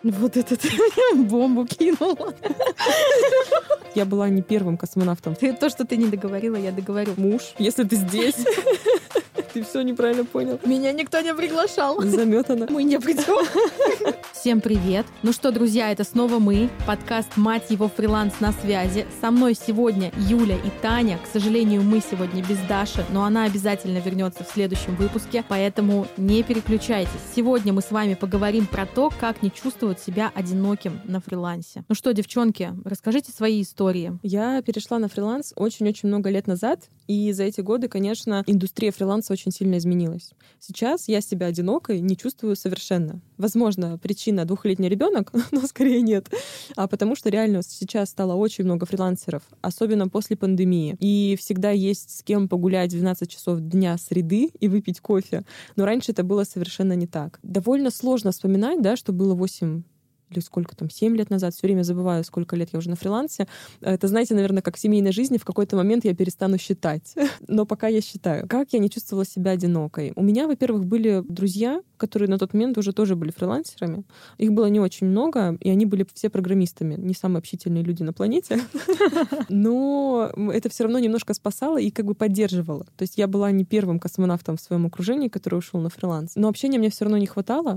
Вот это ты бомбу кинула. Я была не первым космонавтом. То, что ты не договорила, я договорю. Муж, если ты здесь, ты все неправильно понял. Меня никто не приглашал. Заметано. Мы не придем. Всем привет. Ну что, друзья, это снова мы. Подкаст «Мать его, фриланс на связи». Со мной сегодня Юля и Таня. К сожалению, мы сегодня без Даши, но она обязательно вернется в следующем выпуске, поэтому не переключайтесь. Сегодня мы с вами поговорим про то, как не чувствовать себя одиноким на фрилансе. Ну что, девчонки, расскажите свои истории. Я перешла на фриланс очень-очень много лет назад, и за эти годы, конечно, индустрия фриланса очень сильно изменилась. Сейчас я себя одинокой не чувствую совершенно. Возможно, причина 2-летний ребенок, но скорее нет. А потому что реально сейчас стало очень много фрилансеров, особенно после пандемии. И всегда есть с кем погулять в 12 часов дня среды и выпить кофе. Но раньше это было совершенно не так. Довольно сложно вспоминать, да, что было 8 или сколько там, 7 лет назад, все время забываю, сколько лет я уже на фрилансе. Это, знаете, наверное, как в семейной жизни, в какой-то момент я перестану считать. Но пока я считаю. Как я не чувствовала себя одинокой? У меня, во-первых, были друзья, которые на тот момент уже тоже были фрилансерами. Их было не очень много, и они были все программистами. Не самые общительные люди на планете. Но это все равно немножко спасало и как бы поддерживало. То есть я была не первым космонавтом в своем окружении, который ушел на фриланс. Но общения мне все равно не хватало.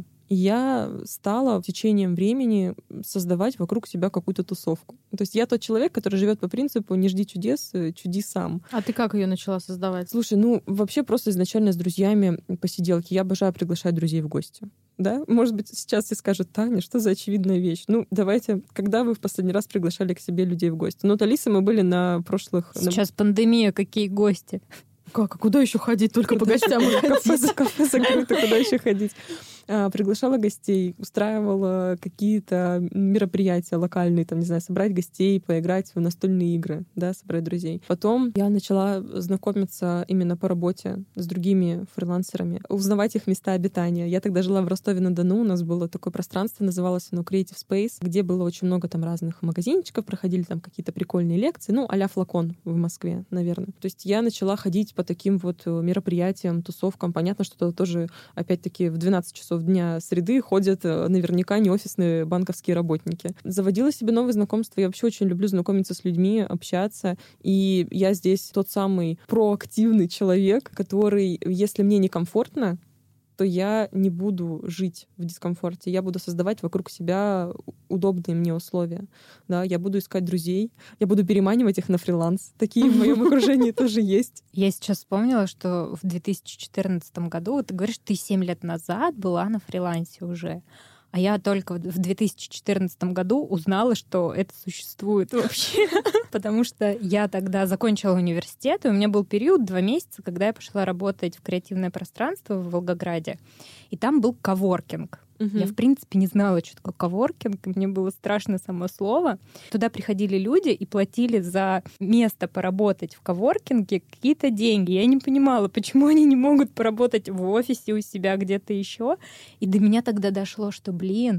Я стала течением времени создавать вокруг себя какую-то тусовку. То есть я тот человек, который живет по принципу «не жди чудес, чуди сам». А ты как ее начала создавать? Слушай, вообще просто изначально с друзьями посиделки. Я обожаю приглашать друзей в гости. Да? Может быть, сейчас все скажут: Таня, что за очевидная вещь? Давайте, когда вы в последний раз приглашали к себе людей в гости? От Алисы мы были на прошлых... Сейчас пандемия, какие гости? Как? А куда еще ходить? Только по гостям кафе закрыто, куда еще ходить? Приглашала гостей, устраивала какие-то мероприятия локальные, там, не знаю, собрать гостей, поиграть в настольные игры, да, собрать друзей. Потом я начала знакомиться именно по работе с другими фрилансерами, узнавать их места обитания. Я тогда жила в Ростове-на-Дону, у нас было такое пространство, называлось оно Creative Space, где было очень много там разных магазинчиков, проходили там какие-то прикольные лекции, а-ля Флакон в Москве, наверное. То есть я начала ходить по таким вот мероприятиям, тусовкам. Понятно, что это тоже, опять-таки, в 12 часов дня среды ходят наверняка не офисные банковские работники. Заводила себе новые знакомства. Я вообще очень люблю знакомиться с людьми, общаться. И я здесь тот самый проактивный человек, который, если мне некомфортно, то я не буду жить в дискомфорте. Я буду создавать вокруг себя удобные мне условия. Да, я буду искать друзей, я буду переманивать их на фриланс. Такие в моем окружении тоже есть. Я сейчас вспомнила, что в 2014 году, ты говоришь, ты 7 лет назад была на фрилансе уже. А я только в 2014 году узнала, что это существует вообще. Потому что я тогда закончила университет, и у меня был период 2 месяца, когда я пошла работать в креативное пространство в Волгограде. И там был коворкинг. Я, в принципе, не знала, что такое коворкинг. Мне было страшно само слово. Туда приходили люди и платили за место поработать в коворкинге какие-то деньги. Я не понимала, почему они не могут поработать в офисе у себя где-то еще. И до меня тогда дошло, что,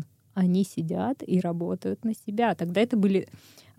они сидят и работают на себя. Тогда это были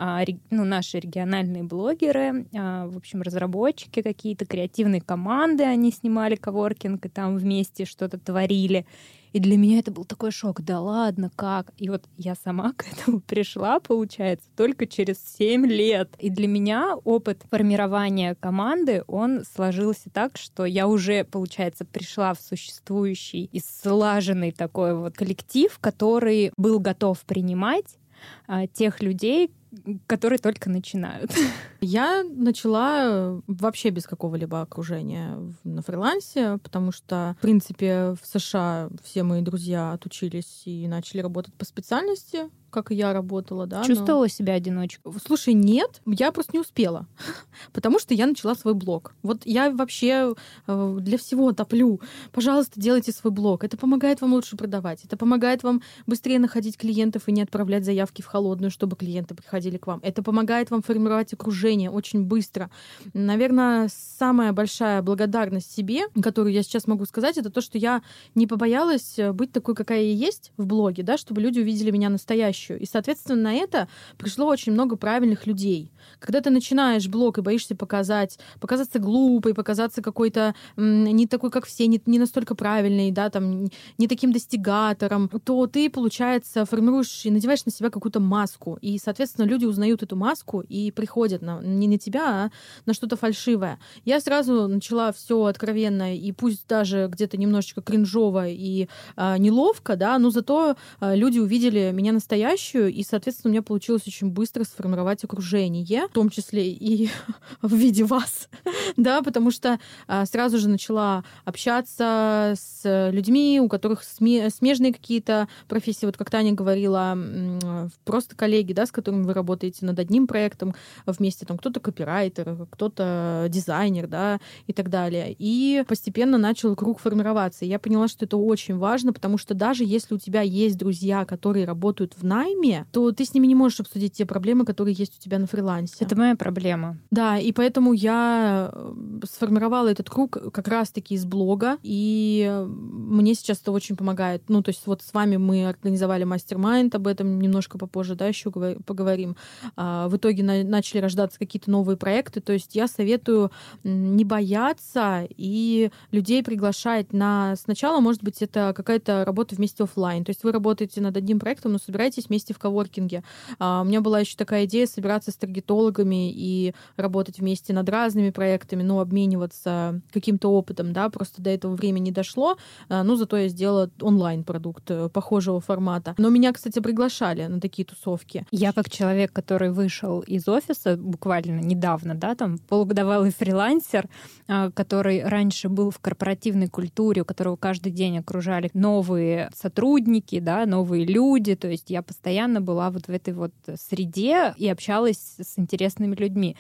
наши региональные блогеры, в общем, разработчики какие-то, креативные команды, они снимали коворкинг и там вместе что-то творили. И для меня это был такой шок. Да ладно, как? И вот я сама к этому пришла, получается, только через 7 лет. И для меня опыт формирования команды, он сложился так, что я уже, получается, пришла в существующий и слаженный такой вот коллектив, который был готов принимать тех людей, которые только начинают. Я начала вообще без какого-либо окружения на фрилансе, потому что, в принципе, в США все мои друзья отучились и начали работать по специальности, как и я работала, да. Чувствовала себя одиночкой? Слушай, нет, я просто не успела, потому что я начала свой блог. Вот я вообще для всего топлю. Пожалуйста, делайте свой блог. Это помогает вам лучше продавать. Это помогает вам быстрее находить клиентов и не отправлять заявки в холодную, чтобы клиенты приходили приходили к вам. Это помогает вам формировать окружение очень быстро. Наверное, самая большая благодарность себе, которую я сейчас могу сказать, это то, что я не побоялась быть такой, какая я есть в блоге, да, чтобы люди увидели меня настоящую. И, соответственно, на это пришло очень много правильных людей. Когда ты начинаешь блог и боишься показаться глупой, показаться какой-то не такой, как все, не настолько правильный, да, там, не таким достигатором, то ты, получается, формируешь и надеваешь на себя какую-то маску. И, соответственно, люди узнают эту маску и приходят не на тебя, а на что-то фальшивое. Я сразу начала все откровенно, и пусть даже где-то немножечко кринжово и неловко, да, но зато люди увидели меня настоящую, и, соответственно, у меня получилось очень быстро сформировать окружение, в том числе и в виде вас, да, потому что сразу же начала общаться с людьми, у которых смежные какие-то профессии, вот как Таня говорила, просто коллеги, да, с которыми вы работаете над одним проектом вместе, там кто-то копирайтер, кто-то дизайнер, да, и так далее. И постепенно начал круг формироваться. И я поняла, что это очень важно, потому что даже если у тебя есть друзья, которые работают в найме, то ты с ними не можешь обсудить те проблемы, которые есть у тебя на фрилансе. Это моя проблема. Да, и поэтому я сформировала этот круг как раз-таки из блога, и мне сейчас это очень помогает. Ну, то есть вот с вами мы организовали мастер-майнд, об этом немножко попозже, да, еще поговорим. В итоге начали рождаться какие-то новые проекты, то есть я советую не бояться и людей приглашать на... Сначала, может быть, это какая-то работа вместе офлайн, то есть вы работаете над одним проектом, но собираетесь вместе в коворкинге. У меня была еще такая идея собираться с таргетологами и работать вместе над разными проектами, ну, обмениваться каким-то опытом, да, просто до этого времени не дошло, но зато я сделала онлайн-продукт похожего формата. Но меня, кстати, приглашали на такие тусовки. Я как человек, который вышел из офиса буквально недавно, да, там полугодовалый фрилансер, который раньше был в корпоративной культуре, у которого каждый день окружали новые сотрудники, да, новые люди, то есть я постоянно была вот в этой вот среде и общалась с интересными людьми.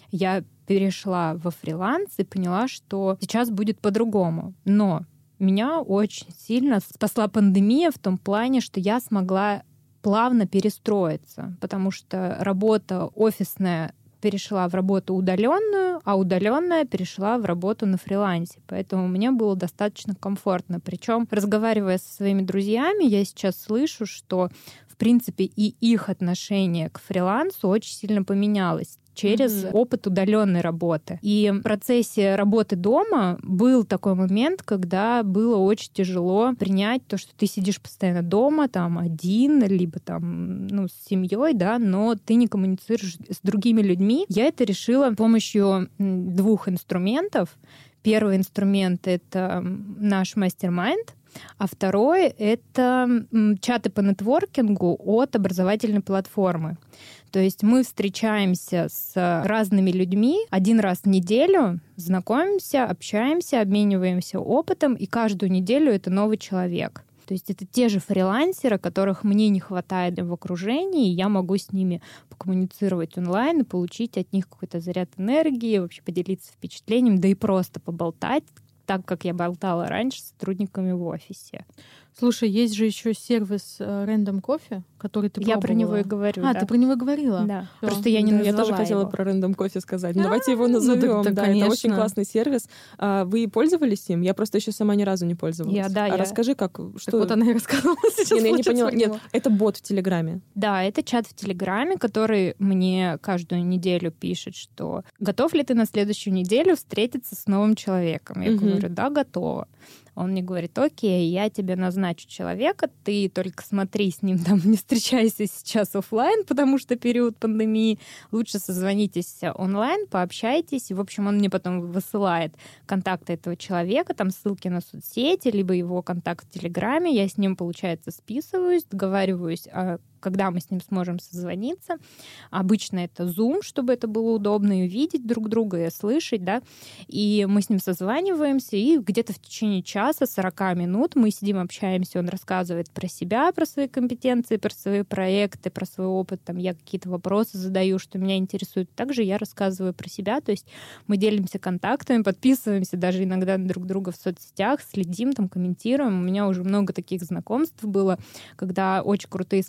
Я перешла во фриланс и поняла, что сейчас будет по-другому. Но меня очень сильно спасла пандемия в том плане, что я смогла плавно перестроиться, потому что работа офисная перешла в работу удаленную, а удаленная перешла в работу на фрилансе. Поэтому мне было достаточно комфортно. Причем, разговаривая со своими друзьями, я сейчас слышу, что в принципе и их отношение к фрилансу очень сильно поменялось через опыт удаленной работы. И в процессе работы дома был такой момент, когда было очень тяжело принять то, что ты сидишь постоянно дома, там один, либо там, ну, с семьей, да, но ты не коммуницируешь с другими людьми. Я это решила с помощью 2 инструментов. Первый инструмент — это наш мастер-майнд, а второй — это чаты по нетворкингу от образовательной платформы. То есть мы встречаемся с разными людьми 1 раз в неделю, знакомимся, общаемся, обмениваемся опытом, и каждую неделю это новый человек. То есть это те же фрилансеры, которых мне не хватает в окружении, и я могу с ними покоммуницировать онлайн и получить от них какой-то заряд энергии, вообще поделиться впечатлением, да и просто поболтать, так как я болтала раньше с сотрудниками в офисе. Слушай, есть же еще сервис Random Coffee, который ты пробовала. Я про него и говорю. Да. Ты про него говорила? Да. Просто я не назвала Я тоже хотела его. про Random Coffee сказать. Но давайте его назовем. да, Да, это очень классный сервис. Вы пользовались им? Я просто еще сама ни разу не пользовалась. Расскажи, как, что... Так вот она и рассказывала сейчас. Я не поняла. Нет, это бот в Телеграме. Да, это чат в Телеграме, который мне каждую неделю пишет, что готов ли ты на следующую неделю встретиться с новым человеком? Я говорю, да, готова. Он мне говорит, окей, я тебе назначу человека, ты только смотри с ним, там, не встречайся сейчас офлайн, потому что период пандемии, лучше созвонитесь онлайн, пообщайтесь. И, в общем, он мне потом высылает контакты этого человека, там ссылки на соцсети, либо его контакт в Телеграме, я с ним, получается, списываюсь, договариваюсь, когда мы с ним сможем созвониться. Обычно это Zoom, чтобы это было удобно и видеть друг друга, и слышать, да. И мы с ним созваниваемся, и где-то в течение часа, 40 минут мы сидим, общаемся, он рассказывает про себя, про свои компетенции, про свои проекты, про свой опыт. Там я какие-то вопросы задаю, что меня интересует. Также я рассказываю про себя, то есть мы делимся контактами, подписываемся даже иногда друг друга в соцсетях, следим, там, комментируем. У меня уже много таких знакомств было, когда очень крутые специалисты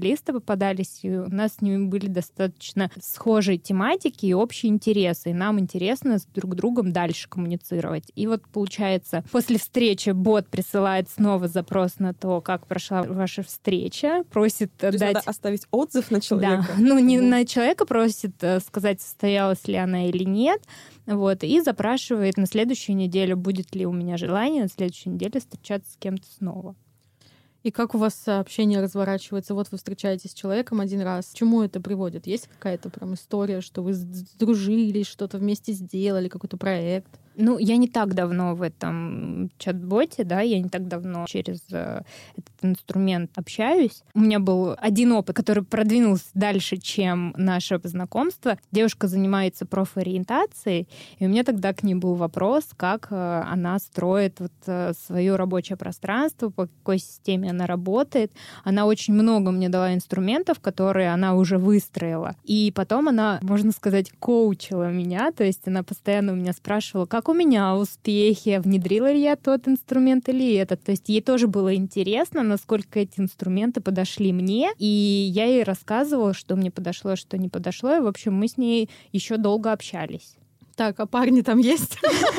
специалисты попадались, и у нас с ними были достаточно схожие тематики и общие интересы. И нам интересно с друг другом дальше коммуницировать. И вот получается, после встречи бот присылает снова запрос на то, как прошла ваша встреча, просит дать... надо оставить отзыв на человека. Да, ну не на человека, просит сказать, состоялась ли она или нет, вот, и запрашивает на следующую неделю, будет ли у меня желание на следующей неделе встречаться с кем-то снова. И как у вас общение разворачивается? Вот вы встречаетесь с человеком один раз. К чему это приводит? Есть какая-то прям история, что вы сдружились, что-то вместе сделали, какой-то проект? Ну, я не так давно в этом чат-боте, да, я не так давно через этот инструмент общаюсь. У меня был один опыт, который продвинулся дальше, чем наше знакомство. Девушка занимается профориентацией, и у меня тогда к ней был вопрос, как она строит вот свое рабочее пространство, по какой системе она работает. Она очень много мне дала инструментов, которые она уже выстроила. И потом она, можно сказать, коучила меня, то есть она постоянно у меня спрашивала, как у меня успехи, внедрила ли я тот инструмент или этот. То есть ей тоже было интересно, насколько эти инструменты подошли мне, и я ей рассказывала, что мне подошло, что не подошло, и, в общем, мы с ней еще долго общались. Так, а парни там есть?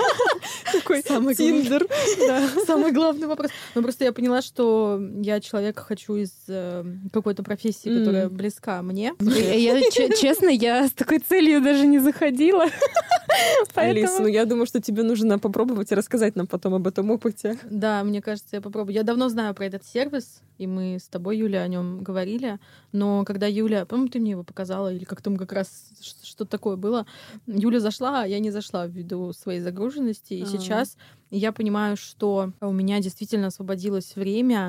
Такой Тиндер. Самый главный вопрос. Ну, просто я поняла, что я человека хочу из какой-то профессии, которая близка мне. Честно, я с такой целью даже не заходила. Алис, ну я думаю, что тебе нужно попробовать и рассказать нам потом об этом опыте. Да, мне кажется, я попробую. Я давно знаю про этот сервис, и мы с тобой, Юля, о нем говорили. Но когда Юля, по-моему, ты мне его показала, или как там как раз что-то такое было, Юля зашла, а я не зашла ввиду своей загруженности. И сейчас я понимаю, что у меня действительно освободилось время,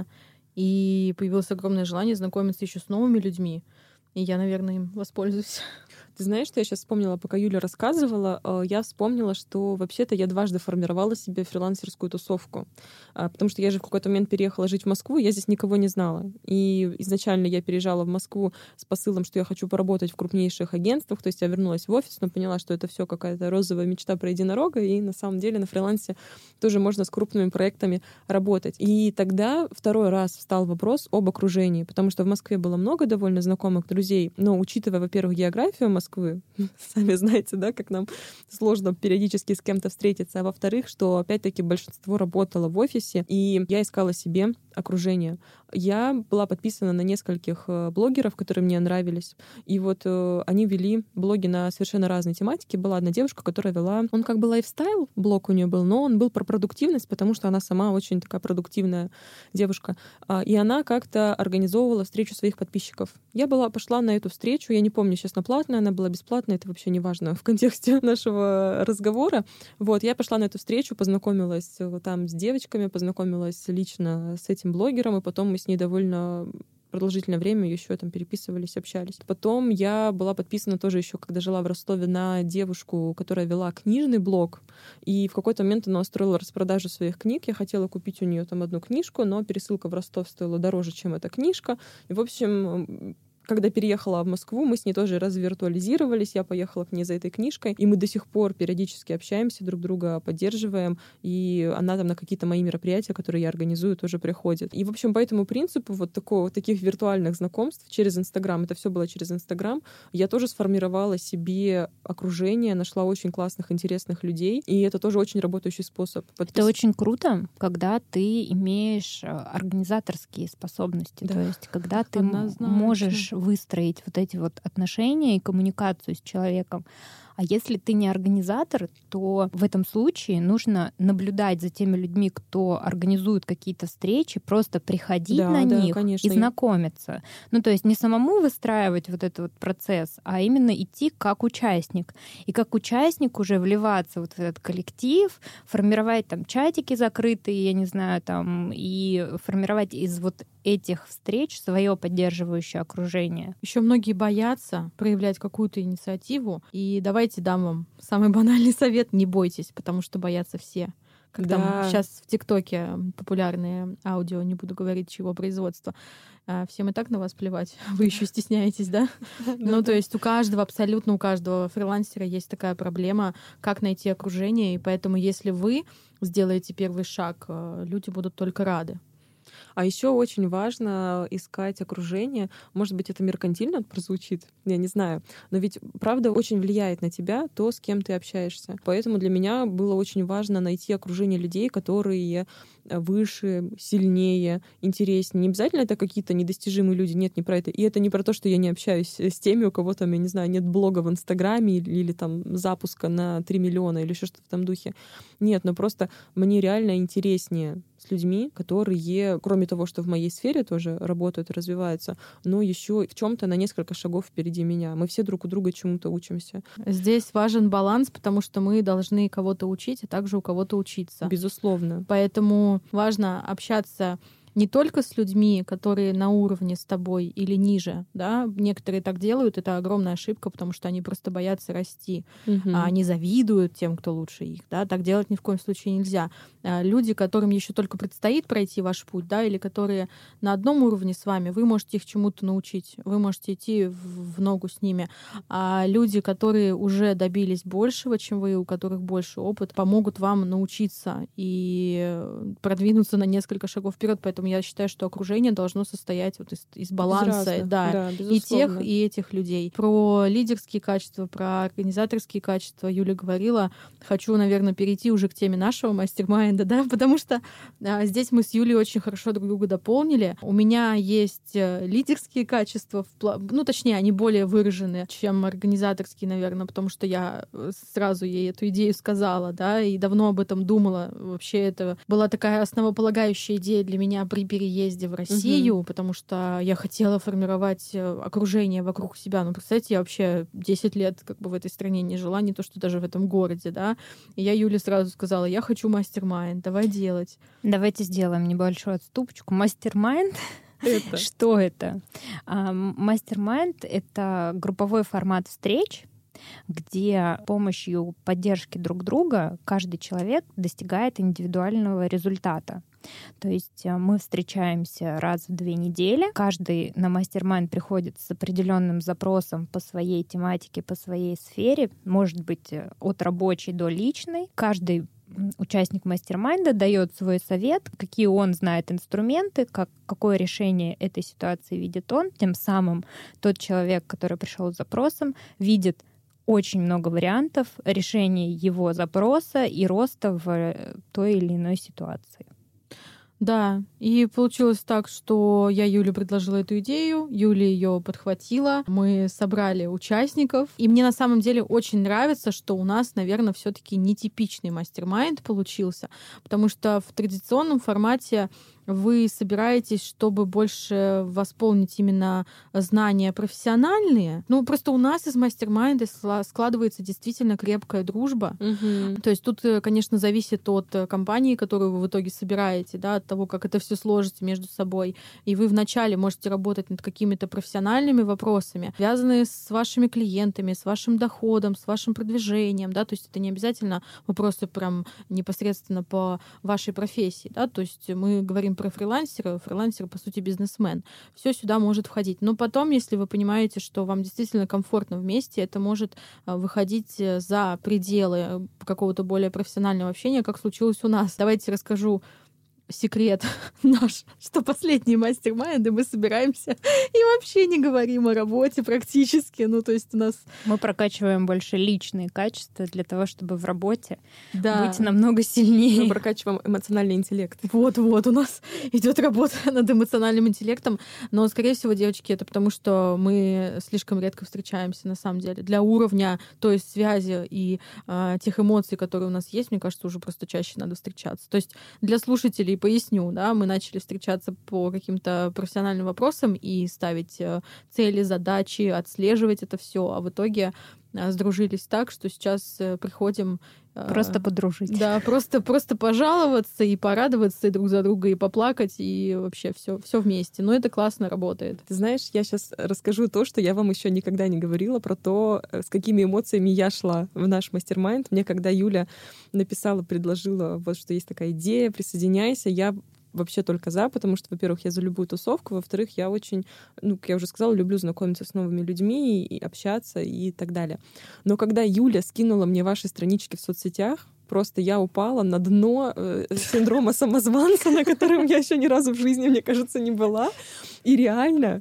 и появилось огромное желание знакомиться еще с новыми людьми. И я, наверное, им воспользуюсь. Ты знаешь, что я сейчас вспомнила, пока Юля рассказывала? Я вспомнила, что вообще-то я дважды формировала себе фрилансерскую тусовку. Потому что я же в какой-то момент переехала жить в Москву, я здесь никого не знала. И изначально я переезжала в Москву с посылом, что я хочу поработать в крупнейших агентствах. То есть я вернулась в офис, но поняла, что это все какая-то розовая мечта про единорога. И на самом деле на фрилансе тоже можно с крупными проектами работать. И тогда второй раз встал вопрос об окружении. Потому что в Москве было много довольно знакомых друзей. Но учитывая, во-первых, географию Москвы, сами знаете, да, как нам сложно периодически с кем-то встретиться, а во-вторых, что опять-таки большинство работало в офисе, и я искала себе окружение. Я была подписана на нескольких блогеров, которые мне нравились, и вот они вели блоги на совершенно разные тематики. Была одна девушка, которая вела, он как бы лайфстайл, блог у нее был, но он был про продуктивность, потому что она сама очень такая продуктивная девушка, и она как-то организовывала встречу своих подписчиков. Я пошла на эту встречу, я не помню, честно, платная, она была бесплатная, это вообще не важно в контексте нашего разговора. Вот, я пошла на эту встречу, познакомилась там с девочками, познакомилась лично с этим блогером, и потом мы с ней довольно продолжительное время еще там переписывались, общались. Потом я была подписана тоже еще, когда жила в Ростове, на девушку, которая вела книжный блог, и в какой-то момент она устроила распродажу своих книг. Я хотела купить у нее там одну книжку, но пересылка в Ростов стоила дороже, чем эта книжка. И, в общем, когда переехала в Москву, мы с ней тоже развиртуализировались, я поехала к ней за этой книжкой, и мы до сих пор периодически общаемся, друг друга поддерживаем, и она там на какие-то мои мероприятия, которые я организую, тоже приходит. И, в общем, по этому принципу вот таких виртуальных знакомств через Инстаграм, это все было через Инстаграм, я тоже сформировала себе окружение, нашла очень классных, интересных людей, и это тоже очень работающий способ. Это очень круто, когда ты имеешь организаторские способности, да. То есть когда ты можешь выстроить вот эти вот отношения и коммуникацию с человеком. А если ты не организатор, то в этом случае нужно наблюдать за теми людьми, кто организует какие-то встречи, просто приходить на них, конечно, и знакомиться. Ну, то есть не самому выстраивать вот этот вот процесс, а именно идти как участник. И как участник уже вливаться вот в этот коллектив, формировать там чатики закрытые, я не знаю, там, и формировать из вот этих встреч свое поддерживающее окружение. Еще многие боятся проявлять какую-то инициативу. И давайте дам вам самый банальный совет: не бойтесь, потому что боятся все. Как там сейчас в ТикТоке популярные аудио, не буду говорить, чего производства. Всем и так на вас плевать. Вы еще стесняетесь, да? Ну, то есть абсолютно у каждого фрилансера есть такая проблема, как найти окружение. И поэтому, если вы сделаете первый шаг, люди будут только рады. А еще очень важно искать окружение. Может быть, это меркантильно прозвучит, я не знаю. Но ведь правда очень влияет на тебя то, с кем ты общаешься. Поэтому для меня было очень важно найти окружение людей, которые выше, сильнее, интереснее. Не обязательно это какие-то недостижимые люди. Нет, не про это. И это не про то, что я не общаюсь с теми, у кого там, я не знаю, нет блога в Инстаграме или там запуска на 3 миллиона или еще что-то в этом духе. Нет, но просто мне реально интереснее с людьми, которые, кроме того, что в моей сфере тоже работают и развиваются, но еще в чем-то на несколько шагов впереди меня. Мы все друг у друга чему-то учимся. Здесь важен баланс, потому что мы должны кого-то учить, а также у кого-то учиться. Безусловно. Поэтому важно общаться не только с людьми, которые на уровне с тобой или ниже, да, некоторые так делают, это огромная ошибка, потому что они просто боятся расти, а они завидуют тем, кто лучше их, да, так делать ни в коем случае нельзя. Люди, которым еще только предстоит пройти ваш путь, да, или которые на одном уровне с вами, вы можете их чему-то научить, вы можете идти в ногу с ними, а люди, которые уже добились большего, чем вы, у которых больше опыт, помогут вам научиться и продвинуться на несколько шагов вперед. Поэтому я считаю, что окружение должно состоять вот из баланса, да, и тех, и этих людей. Про лидерские качества, про организаторские качества Юля говорила. Хочу, наверное, перейти уже к теме нашего мастер-майнда, да, потому что здесь мы с Юлей очень хорошо друг друга дополнили. У меня есть лидерские качества, ну, точнее, они более выражены, чем организаторские, наверное, потому что я сразу ей эту идею сказала, да, и давно об этом думала. Вообще это была такая основополагающая идея для меня при переезде в Россию, потому что я хотела формировать окружение вокруг себя. Ну, представьте, я вообще 10 лет как бы в этой стране не жила, не то что даже в этом городе, да. И я Юле сразу сказала, я хочу мастер-майнд, давай делать. Давайте сделаем небольшую отступочку. Мастер-майнд — что это? Мастер-майнд — это групповой формат встреч, где с помощью поддержки друг друга каждый человек достигает индивидуального результата. То есть мы встречаемся раз в 2 недели. Каждый на мастер-майнд приходит с определенным запросом по своей тематике, по своей сфере, может быть, от рабочей до личной. Каждый участник мастер-майнда дает свой совет, какие он знает инструменты, какое решение этой ситуации видит он. Тем самым тот человек, который пришел с запросом, видит очень много вариантов решения его запроса и роста в той или иной ситуации. Да, и получилось так, что я Юле предложила эту идею, Юля ее подхватила, мы собрали участников, и мне на самом деле очень нравится, что у нас, наверное, все-таки нетипичный мастер-майнд получился, потому что в традиционном формате вы собираетесь, чтобы больше восполнить именно знания профессиональные. Ну, просто у нас из мастер-майнда складывается действительно крепкая дружба. То есть тут, конечно, зависит от компании, которую вы в итоге собираете, да, от того, как это все сложится между собой. И вы вначале можете работать над какими-то профессиональными вопросами, связанные с вашими клиентами, с вашим доходом, с вашим продвижением, да, то есть это не обязательно вопросы прям непосредственно по вашей профессии, да, то есть мы говорим про фрилансера, по сути, бизнесмен. Все сюда может входить. Но потом, если вы понимаете, что вам действительно комфортно вместе, это может выходить за пределы какого-то более профессионального общения, как случилось у нас. Давайте расскажу секрет наш, что последние мастер-майнды мы собираемся и вообще не говорим о работе практически. Ну, то есть у нас... Мы прокачиваем больше личные качества для того, чтобы в работе быть намного сильнее. Мы прокачиваем эмоциональный интеллект. Вот-вот, у нас идет работа над эмоциональным интеллектом. Но, скорее всего, девочки, это потому, что мы слишком редко встречаемся, на самом деле. Для уровня той связи и тех эмоций, которые у нас есть, мне кажется, уже просто чаще надо встречаться. То есть для слушателей поясню, да, мы начали встречаться по каким-то профессиональным вопросам и ставить цели, задачи, отслеживать это все, а в итоге сдружились так, что сейчас приходим... Просто подружить. Да, просто пожаловаться и порадоваться и друг за друга, и поплакать, и вообще все вместе. Но это классно работает. Ты знаешь, я сейчас расскажу то, что я вам еще никогда не говорила, про то, с какими эмоциями я шла в наш мастер-майнд. Мне когда Юля написала, предложила, вот что есть такая идея, присоединяйся, я вообще только за, потому что, во-первых, я за любую тусовку, во-вторых, я очень, как я уже сказала, люблю знакомиться с новыми людьми и общаться и так далее. Но когда Юля скинула мне ваши странички в соцсетях, Просто я упала на дно синдрома самозванца, на котором я еще ни разу в жизни, мне кажется, не была. И реально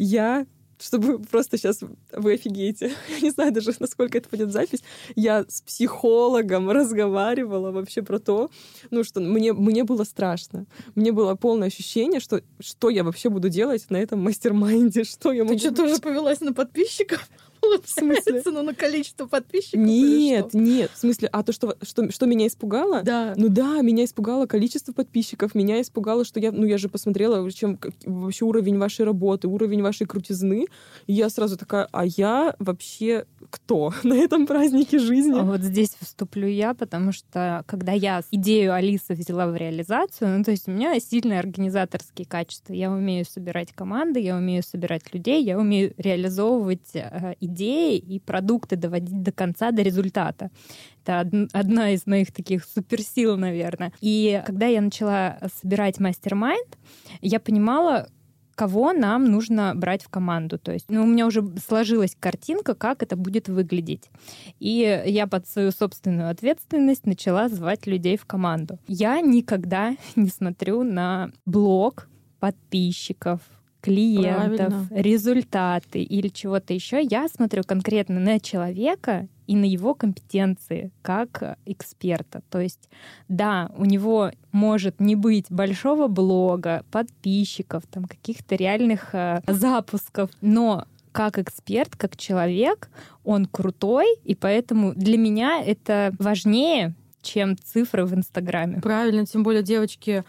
чтобы просто сейчас вы офигеете. Я не знаю даже, насколько это пойдет запись. Я с психологом разговаривала вообще про то, что мне было страшно. Мне было полное ощущение, что я вообще буду делать на этом мастер-майнде, что я могу... Ты что, тоже повелась на подписчиков? В смысле? На количество подписчиков? Нет. В смысле, то, что меня испугало? Да. Меня испугало количество подписчиков, меня испугало, что я же посмотрела, вообще уровень вашей работы, уровень вашей крутизны, и я сразу такая, а я вообще кто на этом празднике жизни? А вот здесь вступлю я, потому что когда я идею Алисы взяла в реализацию, то есть у меня сильные организаторские качества. Я умею собирать команды, я умею собирать людей, я умею реализовывать идеи и продукты, доводить до конца, до результата. Это одна из моих таких суперсил, наверное. И когда я начала собирать мастер-майнд, я понимала, кого нам нужно брать в команду. То есть, у меня уже сложилась картинка, как это будет выглядеть. И я под свою собственную ответственность начала звать людей в команду. Я никогда не смотрю на блог подписчиков, клиентов, результаты или чего-то еще. Я смотрю конкретно на человека и на его компетенции как эксперта. То есть, да, у него может не быть большого блога, подписчиков, каких-то реальных запусков, но как эксперт, как человек, он крутой, и поэтому для меня это важнее, чем цифры в Инстаграме. Правильно, тем более, девочки,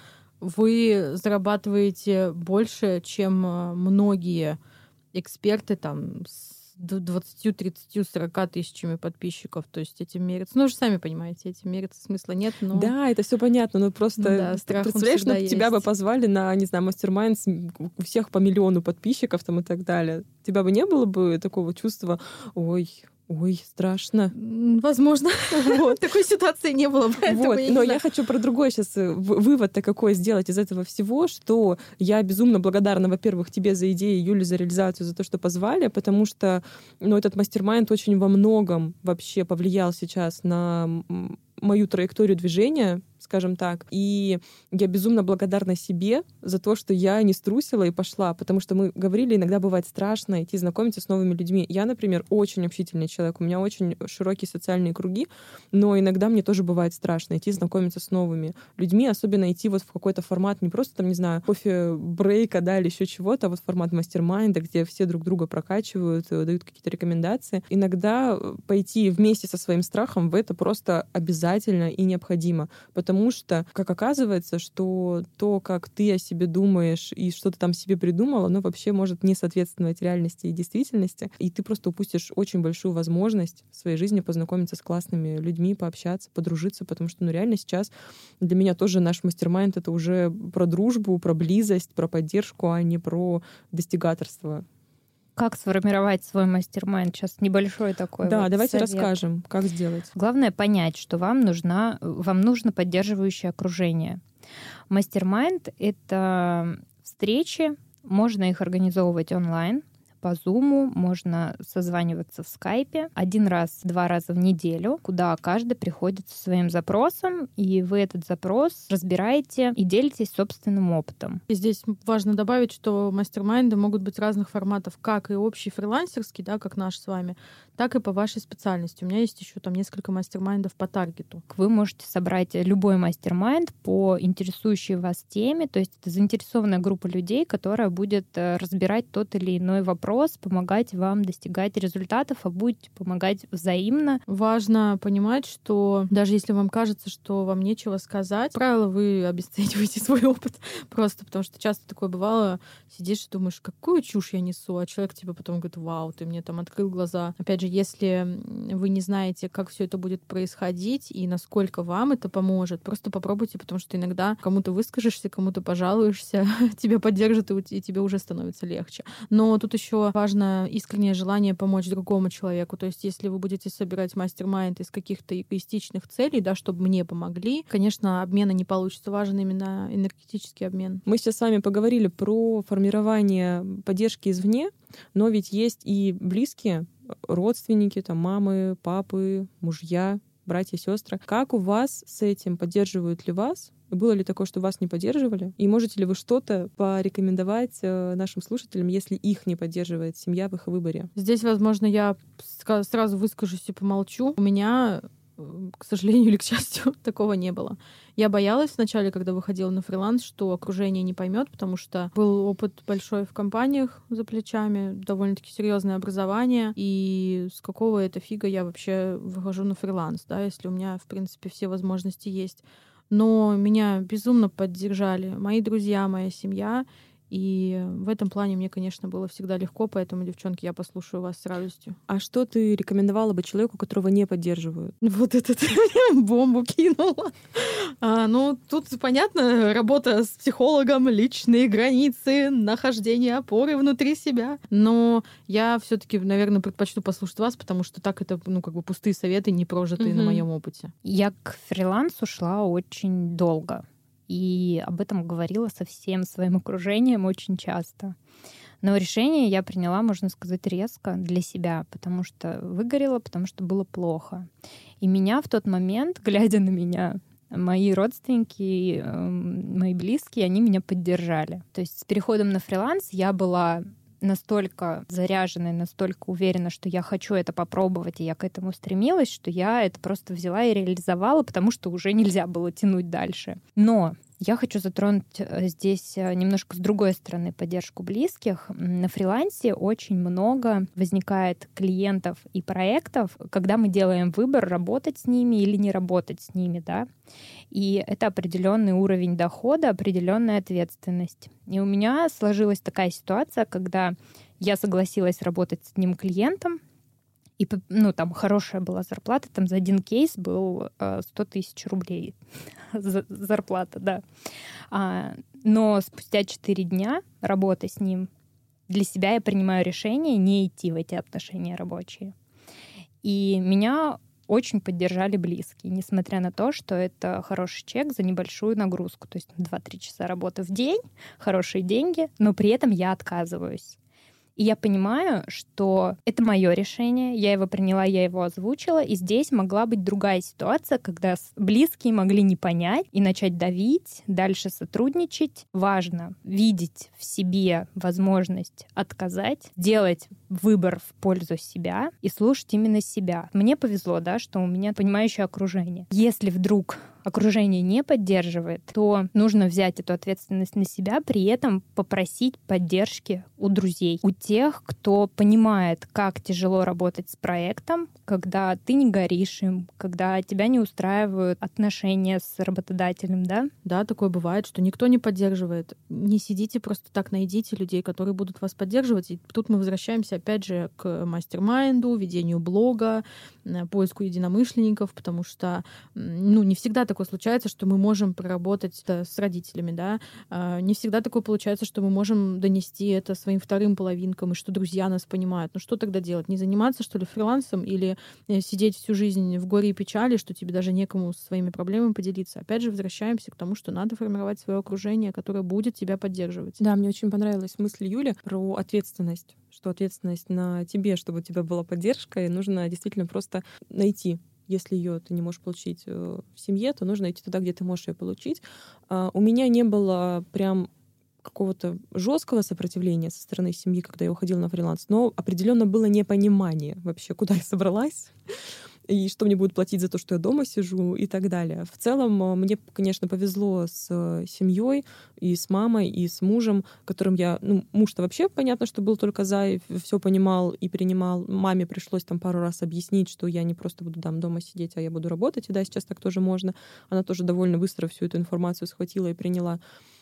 вы зарабатываете больше, чем многие эксперты с 20, 30, 40 тысячами подписчиков. То есть этим мерятся. Вы же сами понимаете, этим мериться смысла нет. Но... Да, это все понятно, но просто представляешь, тебя бы позвали на, не знаю, мастер-майнд, у всех по 1 миллиону подписчиков и так далее. У тебя бы не было бы такого чувства, ой, страшно. Возможно. Такой ситуации не было. Но я хочу про другой сейчас вывод-то какой сделать из этого всего, что я безумно благодарна, во-первых, тебе за идеи, Юле за реализацию, за то, что позвали, потому что этот мастер-майнд очень во многом вообще повлиял сейчас на мою траекторию движения, скажем так. И я безумно благодарна себе за то, что я не струсила и пошла, потому что мы говорили, иногда бывает страшно идти знакомиться с новыми людьми. Я, например, очень общительный человек, у меня очень широкие социальные круги, но иногда мне тоже бывает страшно идти знакомиться с новыми людьми, особенно идти в какой-то формат, не просто не знаю, кофе-брейка, или еще чего-то, а формат мастер-майнда, где все друг друга прокачивают, дают какие-то рекомендации. Иногда пойти вместе со своим страхом в это просто обязательно и необходимо, потому что, как оказывается, что то, как ты о себе думаешь и что ты там себе придумал, оно вообще может не соответствовать реальности и действительности, и ты просто упустишь очень большую возможность в своей жизни познакомиться с классными людьми, пообщаться, подружиться, потому что, реально сейчас для меня тоже наш мастер-майнд — это уже про дружбу, про близость, про поддержку, а не про достигаторство. Как сформировать свой мастер-майнд? Сейчас небольшой такой. Да, давайте совет. расскажем, как сделать. Главное понять, что вам нужно поддерживающее окружение. Мастер-майнд — это встречи, можно их организовывать онлайн, по Zoom, можно созваниваться в Скайпе 1 раз, 2 раза в неделю, куда каждый приходит со своим запросом, и вы этот запрос разбираете и делитесь собственным опытом. И здесь важно добавить, что мастер-майнды могут быть разных форматов, как и общий фрилансерский, как наш с вами, так и по вашей специальности. У меня есть еще несколько мастер-майндов по таргету. Вы можете собрать любой мастер-майнд по интересующей вас теме, то есть это заинтересованная группа людей, которая будет разбирать тот или иной вопрос, помогать вам достигать результатов, а будет помогать взаимно. Важно понимать, что даже если вам кажется, что вам нечего сказать, правило, вы обесцениваете свой опыт просто, потому что часто такое бывало, сидишь и думаешь, какую чушь я несу, а человек тебе потом говорит, вау, ты мне открыл глаза. Опять же, если вы не знаете, как все это будет происходить и насколько вам это поможет, просто попробуйте, потому что иногда кому-то выскажешься, кому-то пожалуешься, тебя поддержат, и тебе уже становится легче. Но тут еще важно искреннее желание помочь другому человеку. То есть если вы будете собирать мастер-майнд из каких-то эгоистичных целей, чтобы мне помогли, конечно, обмена не получится. Важен именно энергетический обмен. Мы сейчас с вами поговорили про формирование поддержки извне, но ведь есть и близкие, родственники, мамы, папы, мужья, братья, сестры. Как у вас с этим? Поддерживают ли вас? Было ли такое, что вас не поддерживали? И можете ли вы что-то порекомендовать нашим слушателям, если их не поддерживает семья в их выборе? Здесь, возможно, я сразу выскажусь и помолчу. У меня, к сожалению или к счастью, такого не было. Я боялась вначале, когда выходила на фриланс, что окружение не поймет, потому что был опыт большой в компаниях за плечами, довольно-таки серьезное образование, и с какого это фига я вообще выхожу на фриланс, да, если у меня, в принципе, все возможности есть. Но меня безумно поддержали мои друзья, моя семья. И в этом плане мне, конечно, было всегда легко, поэтому, девчонки, я послушаю вас с радостью. А что ты рекомендовала бы человеку, которого не поддерживают? Вот это ты мне бомбу кинула. Ну, тут, понятно, работа с психологом, личные границы, нахождение опоры внутри себя. Но я все таки, наверное, предпочту послушать вас, потому что так это, пустые советы, не прожитые на моем опыте. Я к фрилансу шла очень долго. И об этом говорила со всем своим окружением очень часто. Но решение я приняла, можно сказать, резко для себя, потому что выгорела, потому что было плохо. И меня в тот момент, глядя на меня, мои родственники, мои близкие, они меня поддержали. То есть с переходом на фриланс я была настолько заряжена и настолько уверена, что я хочу это попробовать, и я к этому стремилась, что я это просто взяла и реализовала, потому что уже нельзя было тянуть дальше. Но я хочу затронуть здесь немножко с другой стороны поддержку близких. На фрилансе очень много возникает клиентов и проектов, когда мы делаем выбор, работать с ними или не работать с ними, да. И это определенный уровень дохода, определенная ответственность. И у меня сложилась такая ситуация, когда я согласилась работать с одним клиентом, и, там хорошая была зарплата, там за один кейс был 100 тысяч рублей зарплата, да. Но спустя 4 дня работы с ним для себя я принимаю решение не идти в эти отношения рабочие. И меня очень поддержали близкие, несмотря на то, что это хороший чек за небольшую нагрузку. То есть 2-3 часа работы в день, хорошие деньги, но при этом я отказываюсь. И я понимаю, что это мое решение, я его приняла, я его озвучила, и здесь могла быть другая ситуация, когда близкие могли не понять и начать давить, дальше сотрудничать. Важно видеть в себе возможность отказать, делать выбор в пользу себя и слушать именно себя. Мне повезло, да, что у меня понимающее окружение. Если вдруг окружение не поддерживает, то нужно взять эту ответственность на себя, при этом попросить поддержки у друзей, у тех, кто понимает, как тяжело работать с проектом, когда ты не горишь им, когда тебя не устраивают отношения с работодателем, да? Да, такое бывает, что никто не поддерживает. Не сидите просто так, найдите людей, которые будут вас поддерживать. И тут мы возвращаемся опять же к мастер-майнду, ведению блога, поиску единомышленников, потому что, не всегда такое случается, что мы можем проработать это с родителями, да. Не всегда такое получается, что мы можем донести это своим вторым половинкам, и что друзья нас понимают. Что тогда делать? Не заниматься, что ли, фрилансом или сидеть всю жизнь в горе и печали, что тебе даже некому со своими проблемами поделиться? Опять же, возвращаемся к тому, что надо формировать свое окружение, которое будет тебя поддерживать. Да, мне очень понравилась мысль Юли про ответственность, что ответственность на тебе, чтобы у тебя была поддержка, и нужно действительно просто найти. Если ее ты не можешь получить в семье, то нужно идти туда, где ты можешь ее получить. У меня не было прям какого-то жесткого сопротивления со стороны семьи, когда я уходила на фриланс, но определенно было непонимание вообще, куда я собралась и что мне будут платить за то, что я дома сижу и так далее. В целом мне, конечно, повезло с семьей и с мамой, и с мужем, которым я... муж-то вообще, понятно, что был только за, и все понимал и принимал. Маме пришлось там пару раз объяснить, что я не просто буду там дома сидеть, а я буду работать. И да, сейчас так тоже можно. Она тоже довольно быстро всю эту информацию схватила и приняла.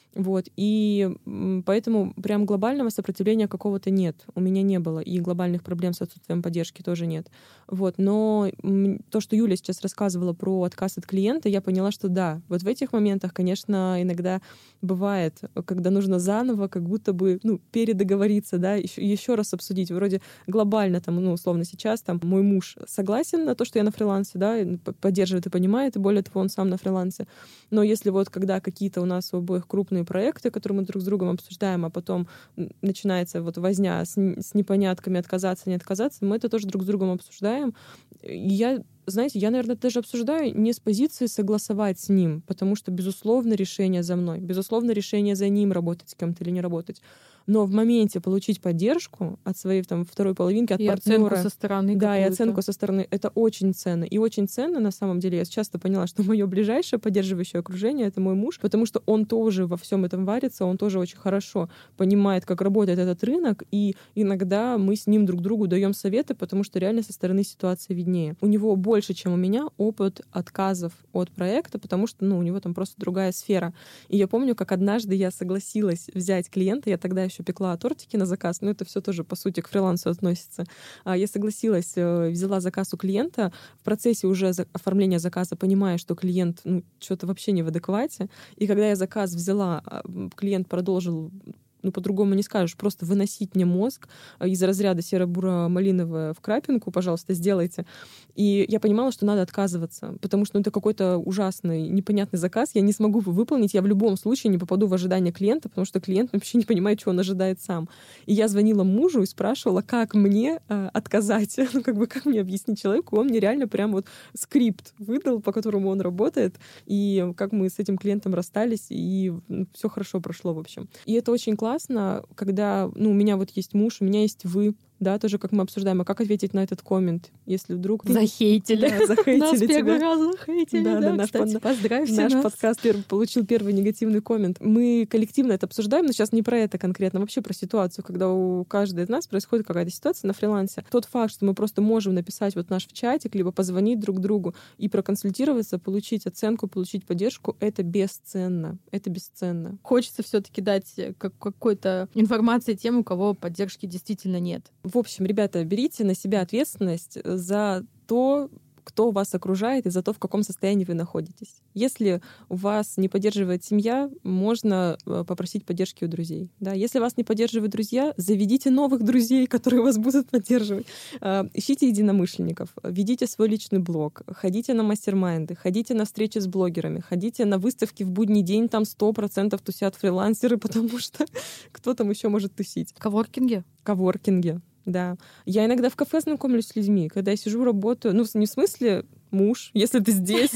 И поэтому прям глобального сопротивления какого-то нет. У меня не было. И глобальных проблем с отсутствием поддержки тоже нет. Но то, что Юля сейчас рассказывала про отказ от клиента, я поняла, что да, в этих моментах, конечно, иногда бывает, когда нужно заново как будто бы передоговориться, да, еще раз обсудить. Вроде глобально, условно сейчас мой муж согласен на то, что я на фрилансе, да, поддерживает и понимает, и более того, он сам на фрилансе. Но если когда какие-то у нас у обоих крупные проекты, которые мы друг с другом обсуждаем, а потом начинается возня с непонятками, отказаться, не отказаться, мы это тоже друг с другом обсуждаем. И я знаете, я, наверное, даже обсуждаю не с позиции согласовать с ним, потому что, безусловно, решение за мной, безусловно, решение за ним, работать с кем-то или не работать. Но в моменте получить поддержку от своей там второй половинки, от и партнера, оценку со стороны. да, какую-то. и оценку со стороны, это очень ценно. И очень ценно, на самом деле, я часто поняла, что мое ближайшее поддерживающее окружение — это мой муж, потому что он тоже во всем этом варится, он тоже очень хорошо понимает, как работает этот рынок, и иногда мы с ним друг другу даем советы, потому что реально со стороны ситуация виднее. У него больше, чем у меня, опыт отказов от проекта, потому что, у него там просто другая сфера. И я помню, как однажды я согласилась взять клиента, я тогда еще пекла тортики на заказ, но это все тоже, по сути, к фрилансу относится. Я согласилась, взяла заказ у клиента, в процессе уже оформления заказа, понимая, что клиент что-то вообще не в адеквате. И когда я заказ взяла, клиент продолжил, по-другому не скажешь, просто выносить мне мозг из разряда серо-буро-малиновое в крапинку, пожалуйста, сделайте. И я понимала, что надо отказываться, потому что это какой-то ужасный, непонятный заказ, я не смогу его выполнить, я в любом случае не попаду в ожидание клиента, потому что клиент вообще не понимает, чего он ожидает сам. И я звонила мужу и спрашивала, как мне отказать, как мне объяснить человеку, он мне реально прям вот скрипт выдал, по которому он работает, и как мы с этим клиентом расстались, и все хорошо прошло, в общем. И это очень классно, когда, у меня вот есть муж, у меня есть вы, да, тоже как мы обсуждаем, а как ответить на этот коммент, если вдруг... Захейтили. Да, захейтили нас тебя. первый раз захейтили, да, кстати, поздравьте Наш нас. подкаст получил первый негативный коммент. Мы коллективно это обсуждаем, но сейчас не про это конкретно, вообще про ситуацию, когда у каждой из нас происходит какая-то ситуация на фрилансе. Тот факт, что мы просто можем написать вот наш в чатик, либо позвонить друг другу и проконсультироваться, получить оценку, получить поддержку, это бесценно. Это бесценно. Хочется все-таки дать какой-то информации тем, у кого поддержки действительно нет. В общем, ребята, берите на себя ответственность за то, кто вас окружает, и за то, в каком состоянии вы находитесь. Если вас не поддерживает семья, можно попросить поддержки у друзей. Да? Если вас не поддерживают друзья, заведите новых друзей, которые вас будут поддерживать. Ищите единомышленников, ведите свой личный блог, ходите на мастер-майнды, ходите на встречи с блогерами, ходите на выставки в будний день, там 100% тусят фрилансеры, потому что кто там еще может тусить? Коворкинги? Коворкинги. Да. Я иногда в кафе знакомлюсь с людьми, когда я сижу, работаю. Не в смысле муж, если ты здесь.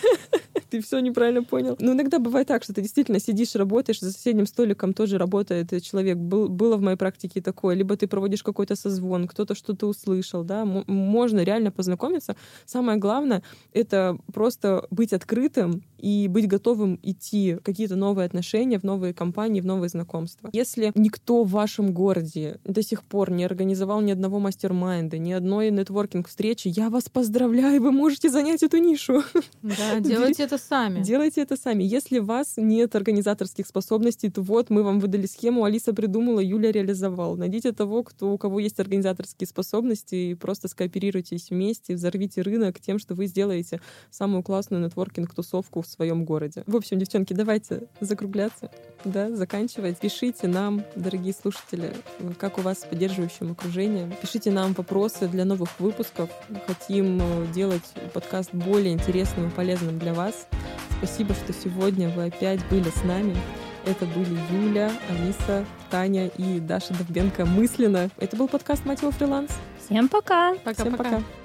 Ты все неправильно понял. Но иногда бывает так, что ты действительно сидишь, работаешь, за соседним столиком тоже работает человек. Было в моей практике такое. Либо ты проводишь какой-то созвон, кто-то что-то услышал. Да? Можно реально познакомиться. Самое главное — это просто быть открытым и быть готовым идти в какие-то новые отношения, в новые компании, в новые знакомства. Если никто в вашем городе до сих пор не организовал ни одного мастер-майнда, ни одной нетворкинг-встречи, я вас поздравляю, вы можете занять эту нишу. Да, делайте это сами. Делайте это сами. Если у вас нет организаторских способностей, то вот мы вам выдали схему, Алиса придумала, Юля реализовал. Найдите того, у кого есть организаторские способности, и просто скооперируйтесь вместе, взорвите рынок тем, что вы сделаете самую классную нетворкинг-тусовку в своем городе. В общем, девчонки, давайте закругляться, да, заканчивать. Пишите нам, дорогие слушатели, как у вас с поддерживающим окружением. Пишите нам вопросы для новых выпусков. Хотим делать подкаст более интересным и полезным для вас. Спасибо, что сегодня вы опять были с нами. Это были Юля, Алиса, Таня и Даша Довбенко мысленно. Это был подкаст «Мать его, фриланс». Всем пока! Всем пока!